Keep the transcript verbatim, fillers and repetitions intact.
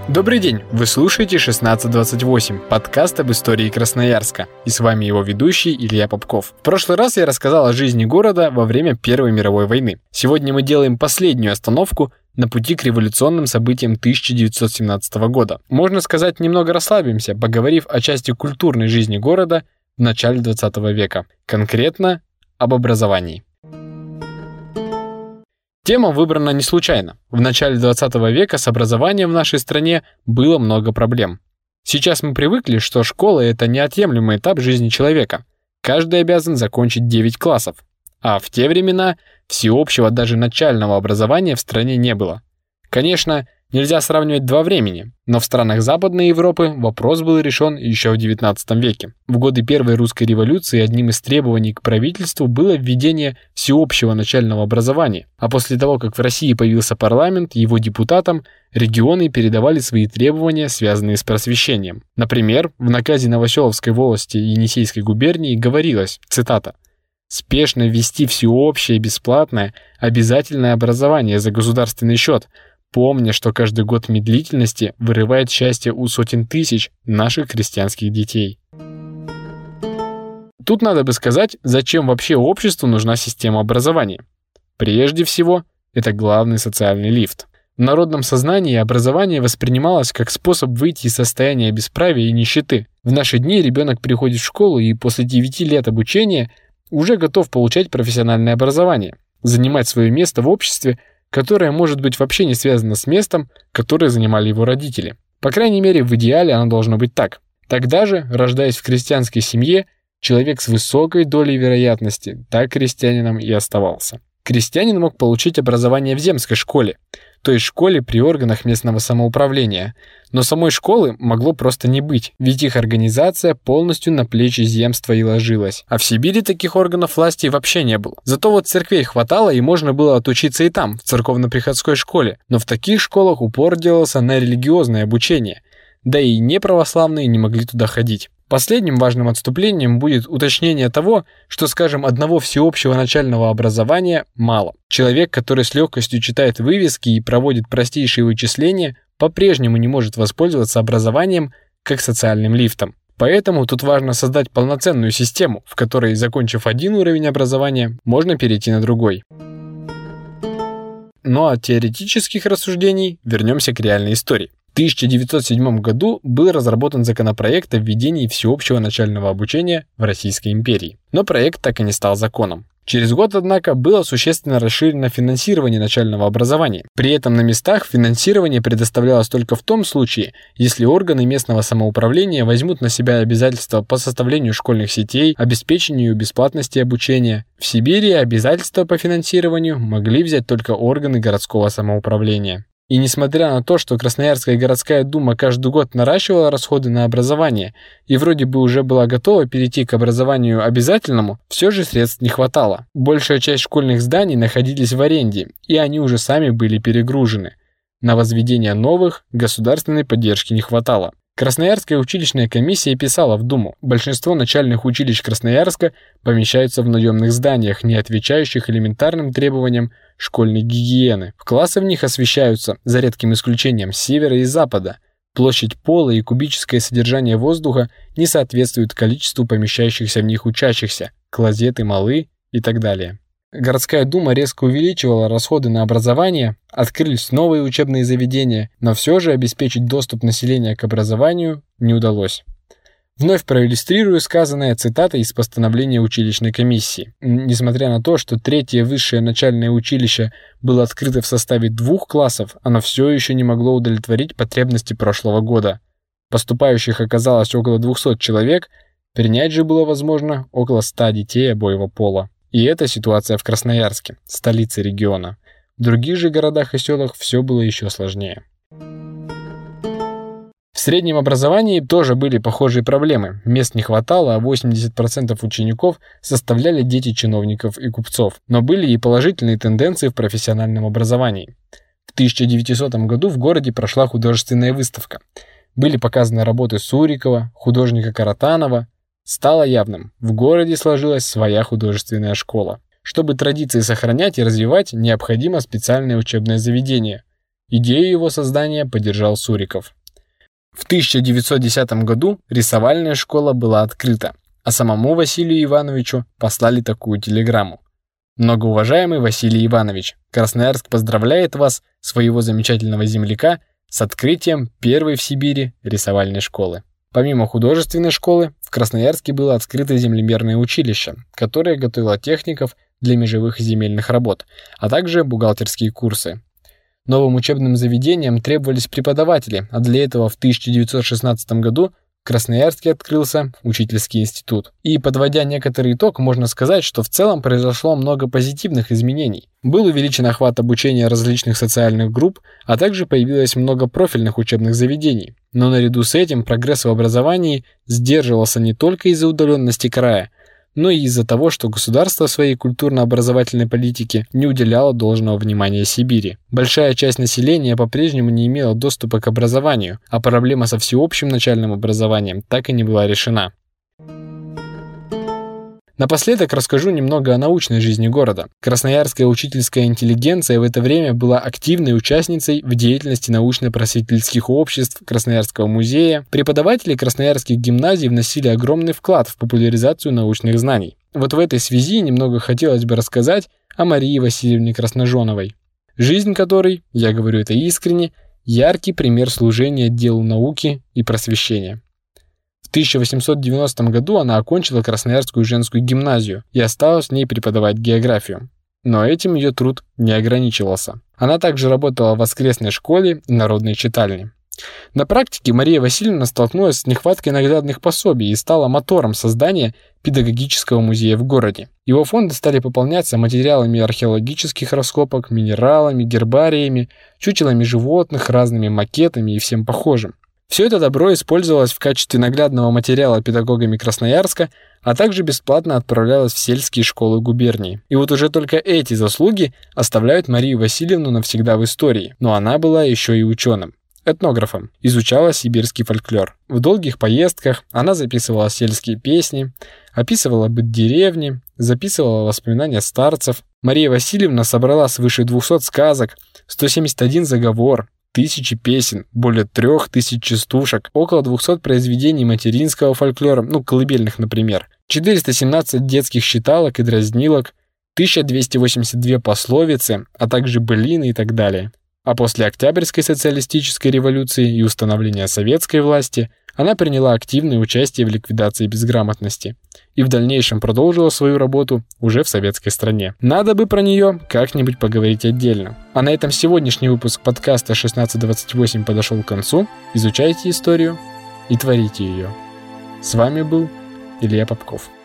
Добрый день! Вы слушаете шестнадцать двадцать восемь, подкаст об истории Красноярска. И с вами его ведущий Илья Попков. В прошлый раз я рассказал о жизни города во время Первой мировой войны. Сегодня мы делаем последнюю остановку на пути к революционным событиям тысяча девятьсот семнадцатого года. Можно сказать, немного расслабимся, поговорив о части культурной жизни города в начале двадцатого века. Конкретно об образовании. Тема выбрана не случайно. В начале двадцатого века с образованием в нашей стране было много проблем. Сейчас мы привыкли, что школа – это неотъемлемый этап жизни человека. Каждый обязан закончить девять классов. А в те времена всеобщего даже начального образования в стране не было. Конечно, нельзя сравнивать два времени, но в странах Западной Европы вопрос был решен еще в девятнадцатом веке. В годы Первой русской революции одним из требований к правительству было введение всеобщего начального образования, а после того, как в России появился парламент, его депутатам регионы передавали свои требования, связанные с просвещением. Например, в наказе Новоселовской волости Енисейской губернии говорилось, цитата, «Спешно ввести всеобщее, бесплатное, обязательное образование за государственный счет, помня, что каждый год медлительности вырывает счастье у сотен тысяч наших крестьянских детей». Тут надо бы сказать, зачем вообще обществу нужна система образования. Прежде всего, это главный социальный лифт. В народном сознании образование воспринималось как способ выйти из состояния бесправия и нищеты. В наши дни ребенок приходит в школу и после девяти лет обучения уже готов получать профессиональное образование, занимать свое место в обществе, которое может быть вообще не связано с местом, которое занимали его родители. По крайней мере, в идеале оно должно быть так. Тогда же, рождаясь в крестьянской семье, человек с высокой долей вероятности так крестьянином и оставался. Крестьянин мог получить образование в земской школе, то есть школе при органах местного самоуправления, но самой школы могло просто не быть, ведь их организация полностью на плечи земства и ложилась. А в Сибири таких органов власти вообще не было. Зато вот церквей хватало и можно было отучиться и там, в церковно-приходской школе, но в таких школах упор делался на религиозное обучение, да и неправославные не могли туда ходить. Последним важным отступлением будет уточнение того, что, скажем, одного всеобщего начального образования мало. Человек, который с легкостью читает вывески и проводит простейшие вычисления, по-прежнему не может воспользоваться образованием как социальным лифтом. Поэтому тут важно создать полноценную систему, в которой, закончив один уровень образования, можно перейти на другой. Но от теоретических рассуждений вернемся к реальной истории. В тысяча девятьсот седьмом году был разработан законопроект о введении всеобщего начального обучения в Российской империи, но проект так и не стал законом. Через год, однако, было существенно расширено финансирование начального образования. При этом на местах финансирование предоставлялось только в том случае, если органы местного самоуправления возьмут на себя обязательства по составлению школьных сетей, обеспечению бесплатности обучения. В Сибири обязательства по финансированию могли взять только органы городского самоуправления. И несмотря на то, что Красноярская городская дума каждый год наращивала расходы на образование и вроде бы уже была готова перейти к образованию обязательному, все же средств не хватало. Большая часть школьных зданий находились в аренде, и они уже сами были перегружены. На возведение новых государственной поддержки не хватало. Красноярская училищная комиссия писала в Думу: большинство начальных училищ Красноярска помещаются в наемных зданиях, не отвечающих элементарным требованиям школьной гигиены. Классы в них освещаются, за редким исключением, с севера и запада. Площадь пола и кубическое содержание воздуха не соответствуют количеству помещающихся в них учащихся, клозеты малы и так далее. Городская дума резко увеличивала расходы на образование, открылись новые учебные заведения, но все же обеспечить доступ населения к образованию не удалось. Вновь проиллюстрирую сказанное цитатой из постановления училищной комиссии. Несмотря на то, что третье высшее начальное училище было открыто в составе двух классов, оно все еще не могло удовлетворить потребности прошлого года. Поступающих оказалось около двухсот человек, принять же было возможно около ста детей обоего пола. И это ситуация в Красноярске, столице региона. В других же городах и селах все было еще сложнее. В среднем образовании тоже были похожие проблемы. Мест не хватало, а восемьдесят процентов учеников составляли дети чиновников и купцов. Но были и положительные тенденции в профессиональном образовании. В тысяча девятисотом году в городе прошла художественная выставка. Были показаны работы Сурикова, художника Каратанова. Стало явным, в городе сложилась своя художественная школа. Чтобы традиции сохранять и развивать, необходимо специальное учебное заведение. Идею его создания поддержал Суриков. В тысяча девятьсот десятом году рисовальная школа была открыта, а самому Василию Ивановичу послали такую телеграмму. Многоуважаемый Василий Иванович, Красноярск поздравляет вас, своего замечательного земляка, с открытием первой в Сибири рисовальной школы. Помимо художественной школы, в Красноярске было открыто землемерное училище, которое готовило техников для межевых и земельных работ, а также бухгалтерские курсы. Новым учебным заведениям требовались преподаватели, а для этого в тысяча девятьсот шестнадцатом году в Красноярске открылся учительский институт. И, подводя некоторый итог, можно сказать, что в целом произошло много позитивных изменений. Был увеличен охват обучения различных социальных групп, а также появилось много профильных учебных заведений. Но наряду с этим прогресс в образовании сдерживался не только из-за удаленности края, но и из-за того, что государство в своей культурно-образовательной политике не уделяло должного внимания Сибири. Большая часть населения по-прежнему не имела доступа к образованию, а проблема со всеобщим начальным образованием так и не была решена. Напоследок расскажу немного о научной жизни города. Красноярская учительская интеллигенция в это время была активной участницей в деятельности научно-просветительских обществ Красноярского музея. Преподаватели красноярских гимназий вносили огромный вклад в популяризацию научных знаний. Вот в этой связи немного хотелось бы рассказать о Марии Васильевне Красножоновой, жизнь которой, я говорю это искренне, яркий пример служения делу науки и просвещения. В тысяча восемьсот девяностом году она окончила Красноярскую женскую гимназию и осталась в ней преподавать географию. Но этим ее труд не ограничивался. Она также работала в воскресной школе и народной читальне. На практике Мария Васильевна столкнулась с нехваткой наглядных пособий и стала мотором создания педагогического музея в городе. Его фонды стали пополняться материалами археологических раскопок, минералами, гербариями, чучелами животных, разными макетами и всем похожим. Все это добро использовалось в качестве наглядного материала педагогами Красноярска, а также бесплатно отправлялось в сельские школы губернии. И вот уже только эти заслуги оставляют Марию Васильевну навсегда в истории. Но она была еще и ученым, этнографом, изучала сибирский фольклор. В долгих поездках она записывала сельские песни, описывала быт деревни, записывала воспоминания старцев. Мария Васильевна собрала свыше двухсот сказок, сто семьдесят один заговор, тысячи песен, более трех тысяч частушек, около двухсот произведений материнского фольклора, ну, колыбельных, например, четыреста семнадцать детских считалок и дразнилок, тысяча двести восемьдесят две пословицы, а также былины и так далее. А после Октябрьской социалистической революции и установления советской власти она приняла активное участие в ликвидации безграмотности и в дальнейшем продолжила свою работу уже в советской стране. Надо бы про нее как-нибудь поговорить отдельно. А на этом сегодняшний выпуск подкаста шестнадцать двадцать восемь подошел к концу. Изучайте историю и творите ее. С вами был Илья Попков.